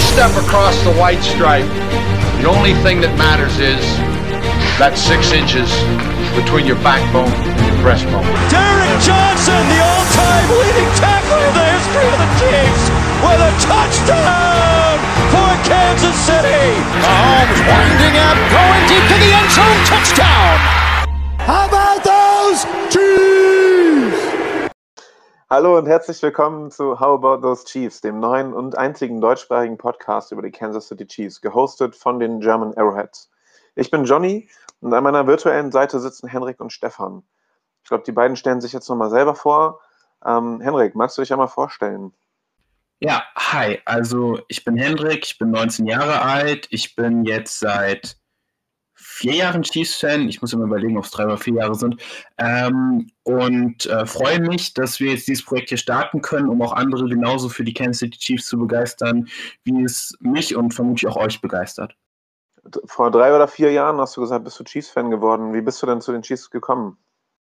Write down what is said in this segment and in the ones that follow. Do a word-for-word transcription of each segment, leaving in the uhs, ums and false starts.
step across the white stripe, the only thing that matters is that six inches between your backbone and your breastbone. Derek Johnson, the all-time leading tackler in the history of the Chiefs, with a touchdown for Kansas City. Mahomes winding up, going deep to the end zone, touchdown. How about those Chiefs? Hallo und herzlich willkommen zu How About Those Chiefs, dem neuen und einzigen deutschsprachigen Podcast über die Kansas City Chiefs, gehostet von den German Arrowheads. Ich bin Johnny und an meiner virtuellen Seite sitzen Henrik und Stefan. Ich glaube, die beiden stellen sich jetzt nochmal selber vor. Ähm, Henrik, magst du dich einmal vorstellen? Ja, hi, also ich bin Henrik, ich bin neunzehn Jahre alt, ich bin jetzt seit vier Jahren Chiefs-Fan, ich muss immer überlegen, ob es drei oder vier Jahre sind, ähm, und äh, freue mich, dass wir jetzt dieses Projekt hier starten können, um auch andere genauso für die Kansas City Chiefs zu begeistern, wie es mich und vermutlich auch euch begeistert. Vor drei oder vier Jahren hast du gesagt, bist du Chiefs-Fan geworden. Wie bist du denn zu den Chiefs gekommen?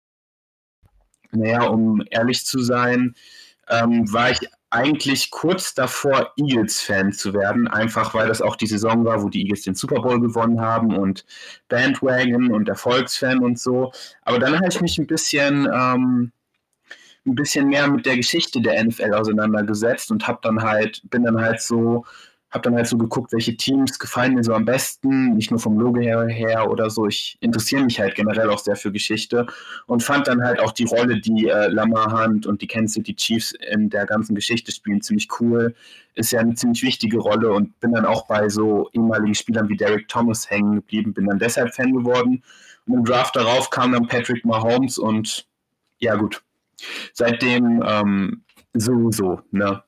Naja, um ehrlich zu sein, ähm, war ich eigentlich kurz davor, Eagles-Fan zu werden, einfach weil das auch die Saison war, wo die Eagles den Super Bowl gewonnen haben und Bandwagon und Erfolgsfan und so. Aber dann habe ich mich ein bisschen, ähm, ein bisschen mehr mit der Geschichte der N F L auseinandergesetzt und habe dann halt, bin dann halt so, habe dann halt so geguckt, welche Teams gefallen mir so am besten, nicht nur vom Logo her, her oder so. Ich interessiere mich halt generell auch sehr für Geschichte und fand dann halt auch die Rolle, die äh, Lamar Hunt und die Kansas City Chiefs in der ganzen Geschichte spielen, ziemlich cool. Ist ja eine ziemlich wichtige Rolle und bin dann auch bei so ehemaligen Spielern wie Derek Thomas hängen geblieben, bin dann deshalb Fan geworden. Und im Draft darauf kam dann Patrick Mahomes und ja gut, seitdem ähm, sowieso, ne?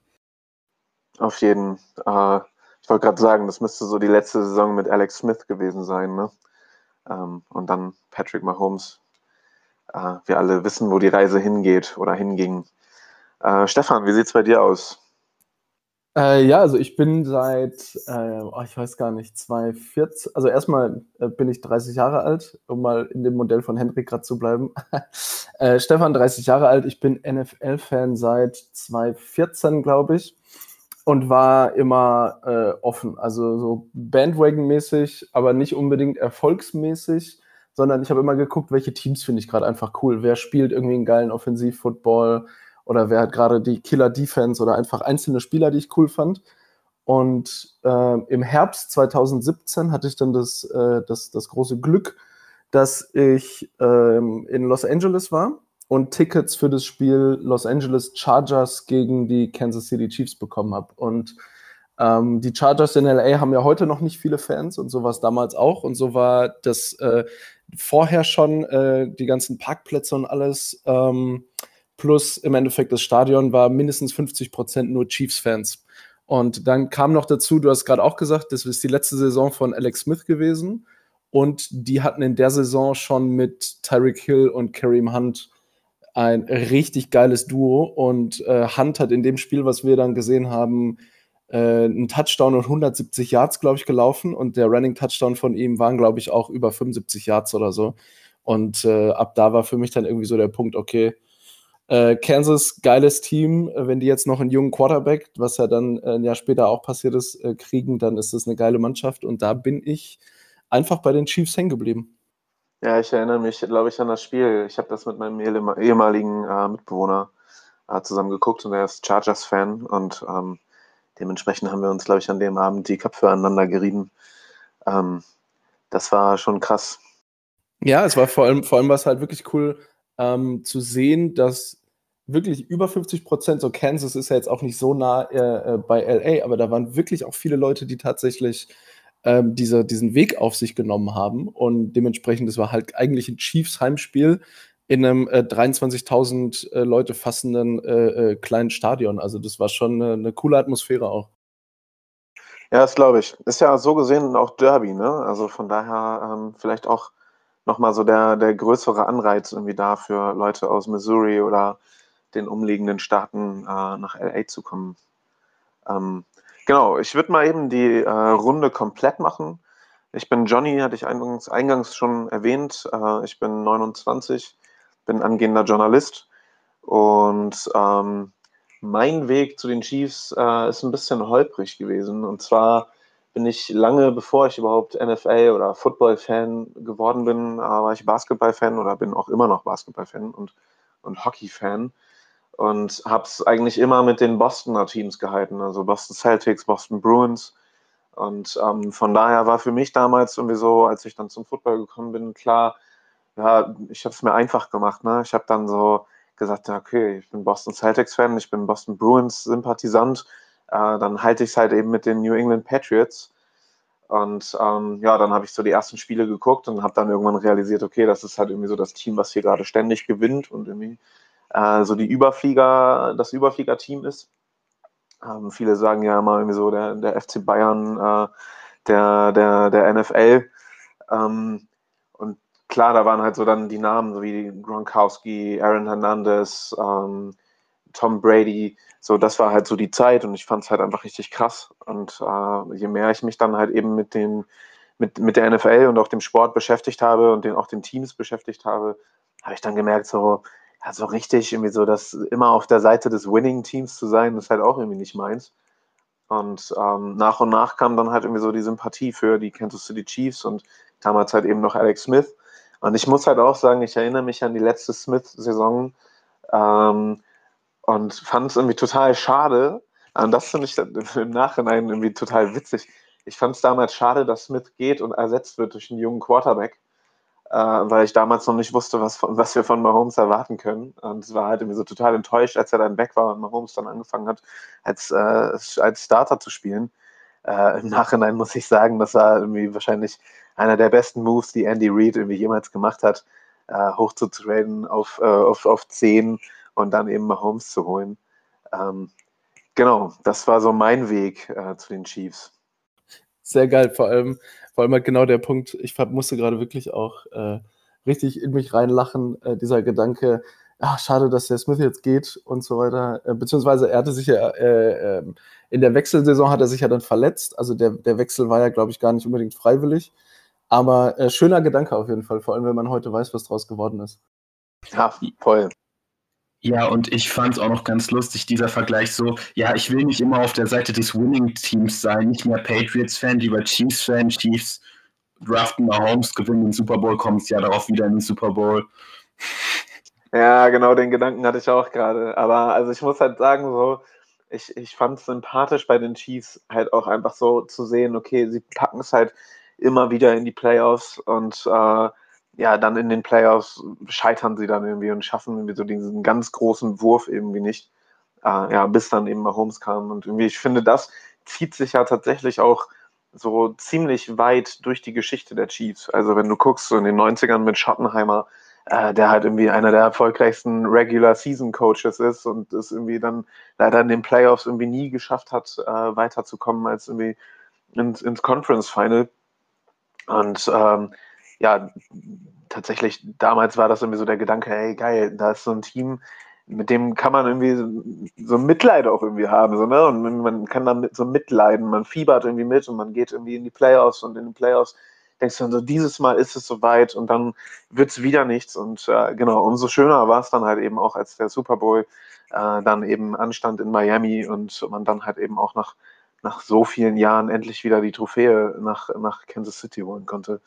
Auf jeden. Äh, ich wollte gerade sagen, das müsste so die letzte Saison mit Alex Smith gewesen sein, ne? Ähm, und dann Patrick Mahomes. Äh, wir alle wissen, wo die Reise hingeht oder hinging. Äh, Stefan, wie sieht's bei dir aus? Äh, ja, also ich bin seit, äh, oh, ich weiß gar nicht, zwanzig vierzehn, also erstmal äh, bin ich dreißig Jahre alt, um mal in dem Modell von Henrik gerade zu bleiben. äh, Stefan, dreißig Jahre alt, ich bin N F L-Fan seit zwanzig vierzehn, glaube ich, und war immer äh, offen, also so Bandwagon-mäßig, aber nicht unbedingt erfolgsmäßig, sondern ich habe immer geguckt, welche Teams finde ich gerade einfach cool, wer spielt irgendwie einen geilen Offensiv-Football, oder wer hat gerade die Killer-Defense oder einfach einzelne Spieler, die ich cool fand. Und äh, im Herbst zwanzig siebzehn hatte ich dann das, äh, das, das große Glück, dass ich ähm, in Los Angeles war und Tickets für das Spiel Los Angeles Chargers gegen die Kansas City Chiefs bekommen habe. Und ähm, die Chargers in L A haben ja heute noch nicht viele Fans und so war es damals auch. Und so war das äh, vorher schon äh, die ganzen Parkplätze und alles ähm, plus im Endeffekt das Stadion war mindestens fünfzig Prozent nur Chiefs-Fans. Und dann kam noch dazu, du hast gerade auch gesagt, das ist die letzte Saison von Alex Smith gewesen. Und die hatten in der Saison schon mit Tyreek Hill und Kareem Hunt ein richtig geiles Duo. Und äh, Hunt hat in dem Spiel, was wir dann gesehen haben, äh, einen Touchdown und hundertsiebzig Yards, glaube ich, gelaufen. Und der Running-Touchdown von ihm waren, glaube ich, auch über fünfundsiebzig Yards oder so. Und äh, ab da war für mich dann irgendwie so der Punkt, okay, Äh, Kansas, geiles Team. Wenn die jetzt noch einen jungen Quarterback, was ja dann äh, ein Jahr später auch passiert ist, äh, kriegen, dann ist das eine geile Mannschaft. Und da bin ich einfach bei den Chiefs hängen geblieben. Ja, ich erinnere mich, glaube ich, an das Spiel. Ich habe das mit meinem ehemaligen äh, Mitbewohner äh, zusammen geguckt und er ist Chargers-Fan. Und ähm, dementsprechend haben wir uns, glaube ich, an dem Abend die Köpfe aneinander gerieben. Ähm, das war schon krass. Ja, es war vor allem, vor allem war es halt wirklich cool ähm, zu sehen, dass wirklich über fünfzig Prozent, so Kansas ist ja jetzt auch nicht so nah äh, bei L A, aber da waren wirklich auch viele Leute, die tatsächlich ähm, diese, diesen Weg auf sich genommen haben und dementsprechend, das war halt eigentlich ein Chiefs-Heimspiel in einem äh, dreiundzwanzigtausend äh, Leute fassenden äh, äh, kleinen Stadion, also das war schon eine, eine coole Atmosphäre auch. Ja, das glaube ich. Ist ja so gesehen auch Derby, ne? Also von daher ähm, vielleicht auch nochmal so der, der größere Anreiz irgendwie da für Leute aus Missouri oder den umliegenden Staaten äh, nach L A zu kommen. Ähm, genau, ich würde mal eben die äh, Runde komplett machen. Ich bin Johnny, hatte ich eingangs, eingangs schon erwähnt. Äh, ich bin neunundzwanzig, bin angehender Journalist und ähm, mein Weg zu den Chiefs äh, ist ein bisschen holprig gewesen. Und zwar bin ich lange, bevor ich überhaupt N F L oder Football-Fan geworden bin, äh, war ich Basketball-Fan oder bin auch immer noch Basketball-Fan und, und Hockey-Fan. Und habe es eigentlich immer mit den Bostoner Teams gehalten, also Boston Celtics, Boston Bruins. Und ähm, von daher war für mich damals irgendwie so, als ich dann zum Football gekommen bin, klar, ja, ich habe es mir einfach gemacht. Ne? Ich habe dann so gesagt, ja, okay, ich bin Boston Celtics-Fan, ich bin Boston Bruins-Sympathisant, äh, dann halte ich es halt eben mit den New England Patriots. Und ähm, ja, dann habe ich so die ersten Spiele geguckt und habe dann irgendwann realisiert, okay, das ist halt irgendwie so das Team, was hier gerade ständig gewinnt und irgendwie äh, so die Überflieger, das Überflieger-Team ist. Ähm, viele sagen ja immer irgendwie so, der, der F C Bayern, äh, der, der, der N F L. Ähm, und klar, da waren halt so dann die Namen, so wie Gronkowski, Aaron Hernandez, ähm, Tom Brady. So, das war halt so die Zeit und ich fand es halt einfach richtig krass. Und äh, je mehr ich mich dann halt eben mit den, mit, mit der N F L und auch dem Sport beschäftigt habe und den, auch den Teams beschäftigt habe, habe ich dann gemerkt, so, ja, so richtig irgendwie so, dass immer auf der Seite des Winning-Teams zu sein, ist halt auch irgendwie nicht meins. Und ähm, nach und nach kam dann halt irgendwie so die Sympathie für die Kansas City Chiefs und damals halt eben noch Alex Smith. Und ich muss halt auch sagen, ich erinnere mich an die letzte Smith-Saison ähm, und fand es irgendwie total schade. Und das finde ich im Nachhinein irgendwie total witzig. Ich fand es damals schade, dass Smith geht und ersetzt wird durch einen jungen Quarterback, äh, weil ich damals noch nicht wusste, was, was wir von Mahomes erwarten können. Und es war halt irgendwie so total enttäuscht, als er dann weg war und Mahomes dann angefangen hat, als, äh, als Starter zu spielen. Äh, Im Nachhinein muss ich sagen, das war irgendwie wahrscheinlich einer der besten Moves, die Andy Reid irgendwie jemals gemacht hat, äh, hoch zu traden auf, äh, auf, auf zehn und dann eben Mahomes zu holen. Ähm, genau, das war so mein Weg äh, zu den Chiefs. Sehr geil, vor allem, vor allem halt genau der Punkt, ich musste gerade wirklich auch äh, richtig in mich reinlachen, äh, dieser Gedanke, ach, schade, dass der Smith jetzt geht und so weiter, äh, beziehungsweise er hatte sich ja, äh, äh, in der Wechselsaison hat er sich ja dann verletzt, also der, der Wechsel war ja, glaube ich, gar nicht unbedingt freiwillig, aber äh, schöner Gedanke auf jeden Fall, vor allem, wenn man heute weiß, was draus geworden ist. Ja, voll. Ja, und ich fand es auch noch ganz lustig, dieser Vergleich so, ja, ich will nicht immer auf der Seite des Winning-Teams sein, nicht mehr Patriots-Fan, lieber Chiefs-Fan, Chiefs draften Mahomes, gewinnen den Super Bowl, kommt es ja darauf wieder in den Super Bowl. Ja, genau, den Gedanken hatte ich auch gerade, aber also ich muss halt sagen, so, ich, ich fand es sympathisch bei den Chiefs halt auch einfach so zu sehen, okay, sie packen es halt immer wieder in die Playoffs und äh, ja, dann in den Playoffs scheitern sie dann irgendwie und schaffen irgendwie so diesen ganz großen Wurf irgendwie nicht. Äh, ja, bis dann eben Mahomes kam. Und irgendwie, ich finde, das zieht sich ja tatsächlich auch so ziemlich weit durch die Geschichte der Chiefs. Also wenn du guckst, so in den neunzigern mit Schottenheimer, äh, der halt irgendwie einer der erfolgreichsten Regular-Season-Coaches ist und es irgendwie dann leider in den Playoffs irgendwie nie geschafft hat, äh, weiterzukommen als irgendwie ins, ins Conference-Final. Und ähm, ja, tatsächlich, damals war das irgendwie so der Gedanke, hey, geil, da ist so ein Team, mit dem kann man irgendwie so Mitleid auch irgendwie haben, so, ne? Und man kann dann mit so mitleiden, man fiebert irgendwie mit und man geht irgendwie in die Playoffs und in den Playoffs denkst du dann so, dieses Mal ist es soweit und dann wird es wieder nichts. Und äh, genau, umso schöner war es dann halt eben auch, als der Super Bowl äh, dann eben anstand in Miami und man dann halt eben auch nach, nach so vielen Jahren endlich wieder die Trophäe nach, nach Kansas City holen konnte.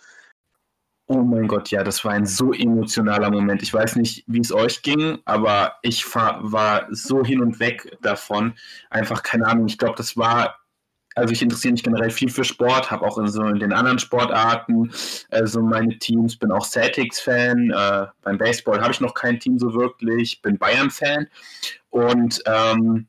Oh mein Gott, ja, das war ein so emotionaler Moment. Ich weiß nicht, wie es euch ging, aber ich war so hin und weg davon. Einfach keine Ahnung, ich glaube, das war, also ich interessiere mich generell viel für Sport, habe auch in so in den anderen Sportarten äh, so meine Teams, bin auch Celtics-Fan, äh, beim Baseball habe ich noch kein Team so wirklich, bin Bayern-Fan und ähm,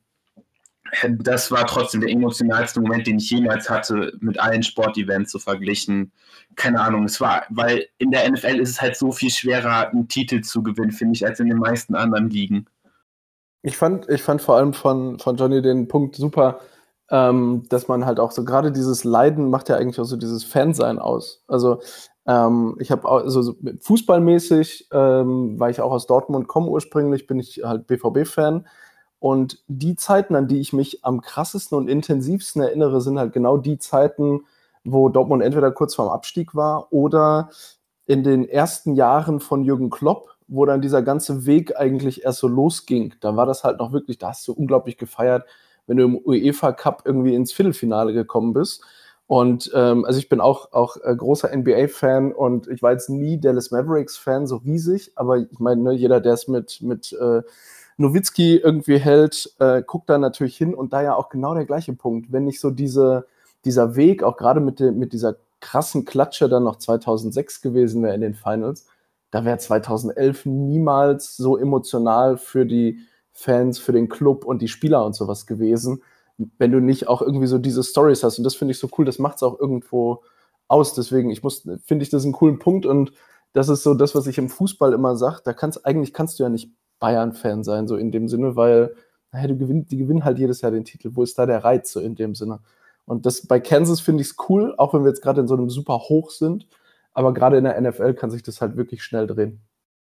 das war trotzdem der emotionalste Moment, den ich jemals hatte, mit allen Sportevents so verglichen. Keine Ahnung, es war, weil in der N F L ist es halt so viel schwerer, einen Titel zu gewinnen, finde ich, als in den meisten anderen Ligen. Ich fand, ich fand vor allem von, von Johnny den Punkt super, ähm, dass man halt auch so, gerade dieses Leiden macht ja eigentlich auch so dieses Fansein aus. Also ähm, ich habe auch, also so fußballmäßig, ähm, weil ich auch aus Dortmund komme ursprünglich, bin ich halt B V B-Fan. Und die Zeiten, an die ich mich am krassesten und intensivsten erinnere, sind halt genau die Zeiten, wo Dortmund entweder kurz vorm Abstieg war oder in den ersten Jahren von Jürgen Klopp, wo dann dieser ganze Weg eigentlich erst so losging, da war das halt noch wirklich, da hast du unglaublich gefeiert, wenn du im UEFA Cup irgendwie ins Viertelfinale gekommen bist. Und ähm, also ich bin auch, auch äh, großer N B A-Fan und ich war jetzt nie Dallas Mavericks-Fan, so riesig, aber ich meine, ne, jeder, der es mit, mit äh, Nowitzki irgendwie hält, äh, guckt da natürlich hin und da ja auch genau der gleiche Punkt. Wenn nicht so diese, dieser Weg, auch gerade mit, de, mit dieser krassen Klatsche dann noch zweitausendsechs gewesen wäre in den Finals, da wäre zweitausendelf niemals so emotional für die Fans, für den Club und die Spieler und sowas gewesen, wenn du nicht auch irgendwie so diese Storys hast. Und das finde ich so cool, das macht es auch irgendwo aus. Deswegen, ich muss, finde ich das einen coolen Punkt und das ist so das, was ich im Fußball immer sage, da kannst, eigentlich kannst du ja nicht Bayern-Fan sein, so in dem Sinne, weil naja, du gewinn, die gewinnen halt jedes Jahr den Titel. Wo ist da der Reiz, so in dem Sinne? Und das bei Kansas finde ich es cool, auch wenn wir jetzt gerade in so einem super Hoch sind, aber gerade in der N F L kann sich das halt wirklich schnell drehen.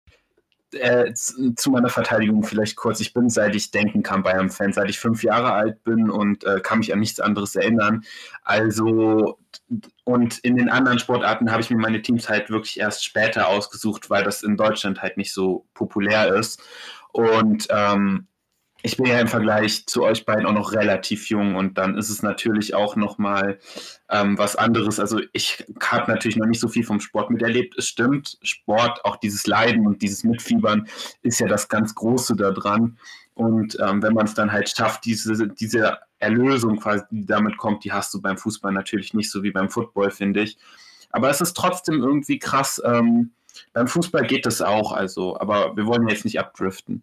Äh, zu meiner Verteidigung vielleicht kurz. Ich bin, seit ich denken kann, Bayern-Fan, seit ich fünf Jahre alt bin und äh, kann mich an nichts anderes erinnern. Also, und in den anderen Sportarten habe ich mir meine Teams halt wirklich erst später ausgesucht, weil das in Deutschland halt nicht so populär ist. Und ähm, ich bin ja im Vergleich zu euch beiden auch noch relativ jung und dann ist es natürlich auch nochmal ähm, was anderes. Also ich habe natürlich noch nicht so viel vom Sport miterlebt. Es stimmt, Sport, auch dieses Leiden und dieses Mitfiebern ist ja das ganz Große da dran. Und ähm, wenn man es dann halt schafft, diese, diese Erlösung quasi, die damit kommt, die hast du beim Fußball natürlich nicht so wie beim Football, finde ich. Aber es ist trotzdem irgendwie krass. Ähm, beim Fußball geht das auch, also, aber wir wollen jetzt nicht abdriften.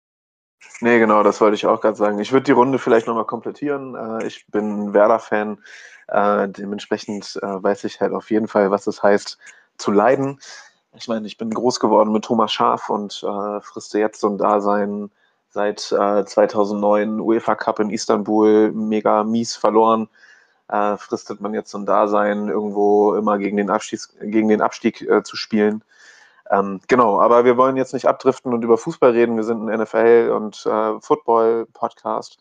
Nee, genau, das wollte ich auch gerade sagen. Ich würde die Runde vielleicht nochmal komplettieren. Äh, ich bin Werder-Fan, äh, dementsprechend äh, weiß ich halt auf jeden Fall, was es heißt, zu leiden. Ich meine, ich bin groß geworden mit Thomas Schaaf und äh, friste jetzt so ein Dasein seit äh, zweitausendneun, UEFA Cup in Istanbul, mega mies verloren. Äh, fristet man jetzt so ein Dasein, irgendwo immer gegen den Abstieg, gegen den Abstieg äh, zu spielen. Ähm, genau, aber wir wollen jetzt nicht abdriften und über Fußball reden. Wir sind ein N F L- und äh, Football-Podcast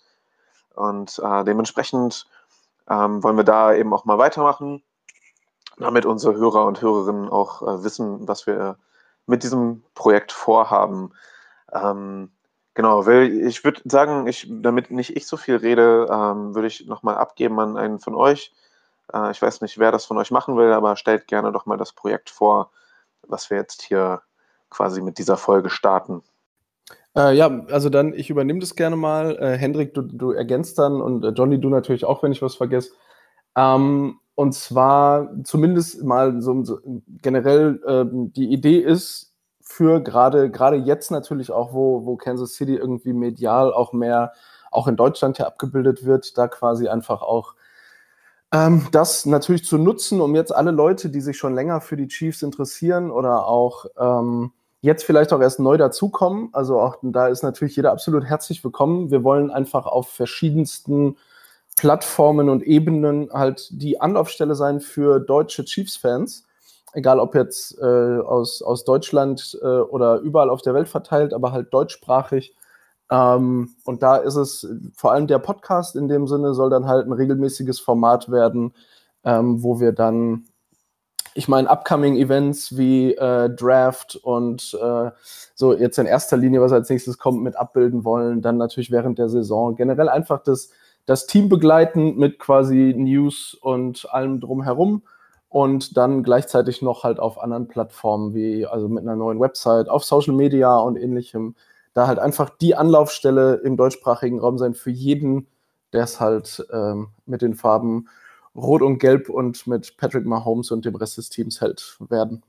und äh, dementsprechend ähm, wollen wir da eben auch mal weitermachen, damit unsere Hörer und Hörerinnen auch äh, wissen, was wir mit diesem Projekt vorhaben. Ähm, genau, weil ich würde sagen, ich, damit nicht ich so viel rede, ähm, würde ich nochmal abgeben an einen von euch. Äh, ich weiß nicht, wer das von euch machen will, aber stellt gerne doch mal das Projekt vor, was wir jetzt hier quasi mit dieser Folge starten. Äh, ja, also dann, ich übernehme das gerne mal. Äh, Hendrik, du, du ergänzt dann und äh, Johnny, du natürlich auch, wenn ich was vergesse. Ähm, und zwar zumindest mal so, so generell ähm, die Idee ist für gerade gerade jetzt natürlich auch, wo, wo Kansas City irgendwie medial auch mehr, auch in Deutschland ja abgebildet wird, da quasi einfach auch Ähm, das natürlich zu nutzen, um jetzt alle Leute, die sich schon länger für die Chiefs interessieren oder auch ähm, jetzt vielleicht auch erst neu dazukommen, also auch da ist natürlich jeder absolut herzlich willkommen. Wir wollen einfach auf verschiedensten Plattformen und Ebenen halt die Anlaufstelle sein für deutsche Chiefs-Fans, egal ob jetzt äh, aus, aus Deutschland äh, oder überall auf der Welt verteilt, aber halt deutschsprachig. Ähm, und da ist es vor allem der Podcast in dem Sinne soll dann halt ein regelmäßiges Format werden, ähm, wo wir dann, ich meine, upcoming Events wie äh, Draft und äh, so jetzt in erster Linie, was als nächstes kommt, mit abbilden wollen, dann natürlich während der Saison generell einfach das, das Team begleiten mit quasi News und allem drumherum und dann gleichzeitig noch halt auf anderen Plattformen wie, also mit einer neuen Website, auf Social Media und ähnlichem, da halt einfach die Anlaufstelle im deutschsprachigen Raum sein für jeden, der es halt ähm, mit den Farben Rot und Gelb und mit Patrick Mahomes und dem Rest des Teams hält werden.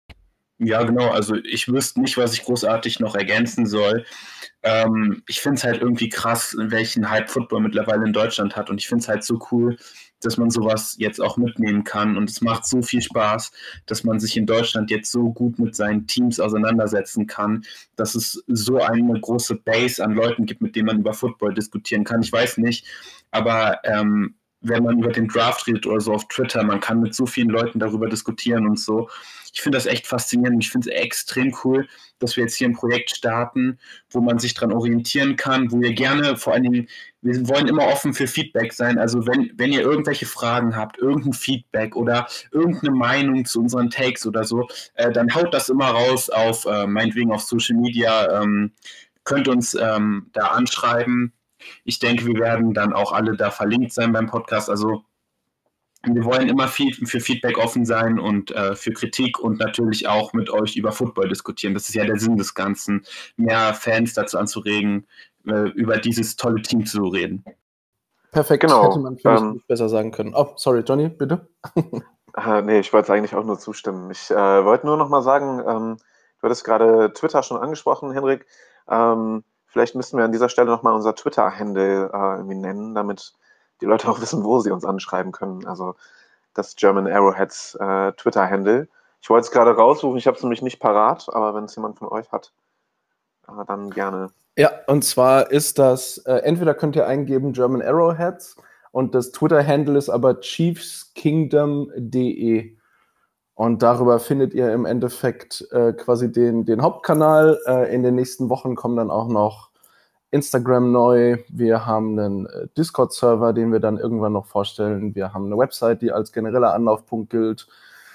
Ja, genau. Also ich wüsste nicht, was ich großartig noch ergänzen soll. Ähm, ich finde es halt irgendwie krass, welchen Hype Football mittlerweile in Deutschland hat. Und ich finde es halt so cool, dass man sowas jetzt auch mitnehmen kann. Und es macht so viel Spaß, dass man sich in Deutschland jetzt so gut mit seinen Teams auseinandersetzen kann, dass es so eine große Base an Leuten gibt, mit denen man über Football diskutieren kann. Ich weiß nicht, aber ähm, wenn man über den Draft redet oder so auf Twitter, man kann mit so vielen Leuten darüber diskutieren und so. Ich finde das echt faszinierend. Ich finde es extrem cool, dass wir jetzt hier ein Projekt starten, wo man sich dran orientieren kann, wo ihr gerne, vor allen Dingen, wir wollen immer offen für Feedback sein. Also wenn, wenn ihr irgendwelche Fragen habt, irgendein Feedback oder irgendeine Meinung zu unseren Takes oder so, äh, dann haut das immer raus auf, äh, meinetwegen auf Social Media, ähm, könnt uns ähm, da anschreiben. Ich denke, wir werden dann auch alle da verlinkt sein beim Podcast. Also wir wollen immer viel für Feedback offen sein und äh, für Kritik und natürlich auch mit euch über Football diskutieren. Das ist ja der Sinn des Ganzen, mehr Fans dazu anzuregen, äh, über dieses tolle Team zu reden. Perfekt, genau. Hätte man vielleicht ähm, nicht besser sagen können. Oh, sorry, Johnny, bitte. äh, nee, ich wollte eigentlich auch nur zustimmen. Ich äh, wollte nur noch mal sagen, ähm, du hattest gerade Twitter schon angesprochen, Henrik. Ähm, vielleicht müssten wir an dieser Stelle noch mal unser Twitter-Handle äh, irgendwie nennen, damit die Leute auch wissen, wo sie uns anschreiben können. Also das German Arrowheads äh, Twitter-Handle. Ich wollte es gerade raussuchen, ich habe es nämlich nicht parat, aber wenn es jemand von euch hat, äh, dann gerne. Ja, und zwar ist das, äh, entweder könnt ihr eingeben German Arrowheads und das Twitter-Handle ist aber chiefs kingdom punkt de. Und darüber findet ihr im Endeffekt äh, quasi den, den Hauptkanal. Äh, in den nächsten Wochen kommen dann auch noch Instagram neu. Wir haben einen äh, Discord-Server, den wir dann irgendwann noch vorstellen. Wir haben eine Website, die als genereller Anlaufpunkt gilt.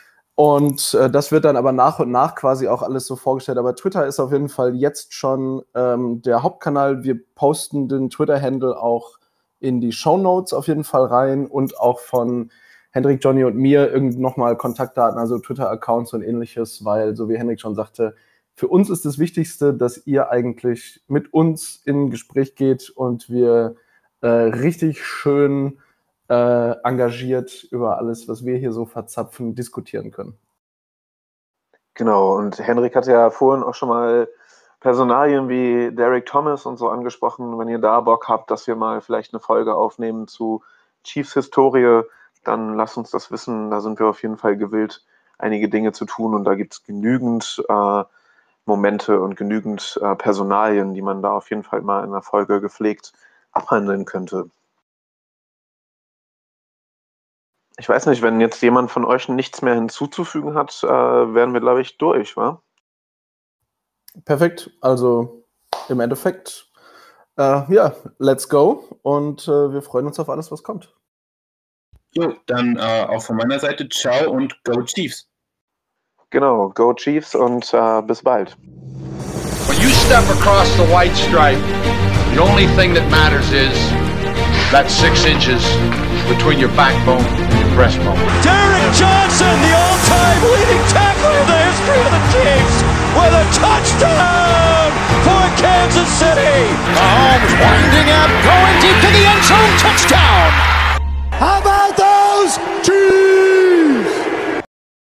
Und äh, das wird dann aber nach und nach quasi auch alles so vorgestellt. Aber Twitter ist auf jeden Fall jetzt schon ähm, der Hauptkanal. Wir posten den Twitter-Handle auch in die Shownotes auf jeden Fall rein und auch von Hendrik, Johnny und mir irgend nochmal Kontaktdaten, also Twitter-Accounts und ähnliches, weil, so wie Hendrik schon sagte, für uns ist das Wichtigste, dass ihr eigentlich mit uns in Gespräch geht und wir äh, richtig schön äh, engagiert über alles, was wir hier so verzapfen, diskutieren können. Genau, und Henrik hatte ja vorhin auch schon mal Personalien wie Derek Thomas und so angesprochen. Wenn ihr da Bock habt, dass wir mal vielleicht eine Folge aufnehmen zu Chiefs-Historie, dann lasst uns das wissen. Da sind wir auf jeden Fall gewillt, einige Dinge zu tun. Und da gibt es genügend äh, Momente und genügend äh, Personalien, die man da auf jeden Fall mal in einer Folge gepflegt abhandeln könnte. Ich weiß nicht, wenn jetzt jemand von euch nichts mehr hinzuzufügen hat, äh, wären wir, glaube ich, durch, wa? Perfekt. Also im Endeffekt, äh, ja, let's go. Und äh, wir freuen uns auf alles, was kommt. Jo, dann äh, auch von meiner Seite, ciao und go Chiefs. Genau, go Chiefs und äh, bis bald. When you step across the white stripe, the only thing that matters is that six inches between your backbone and your breastbone. Derek Johnson, the all-time leading tackler in the history of the Chiefs, with a touchdown for Kansas City. Mahomes winding up, going deep to the end zone, touchdown. How about those Chiefs?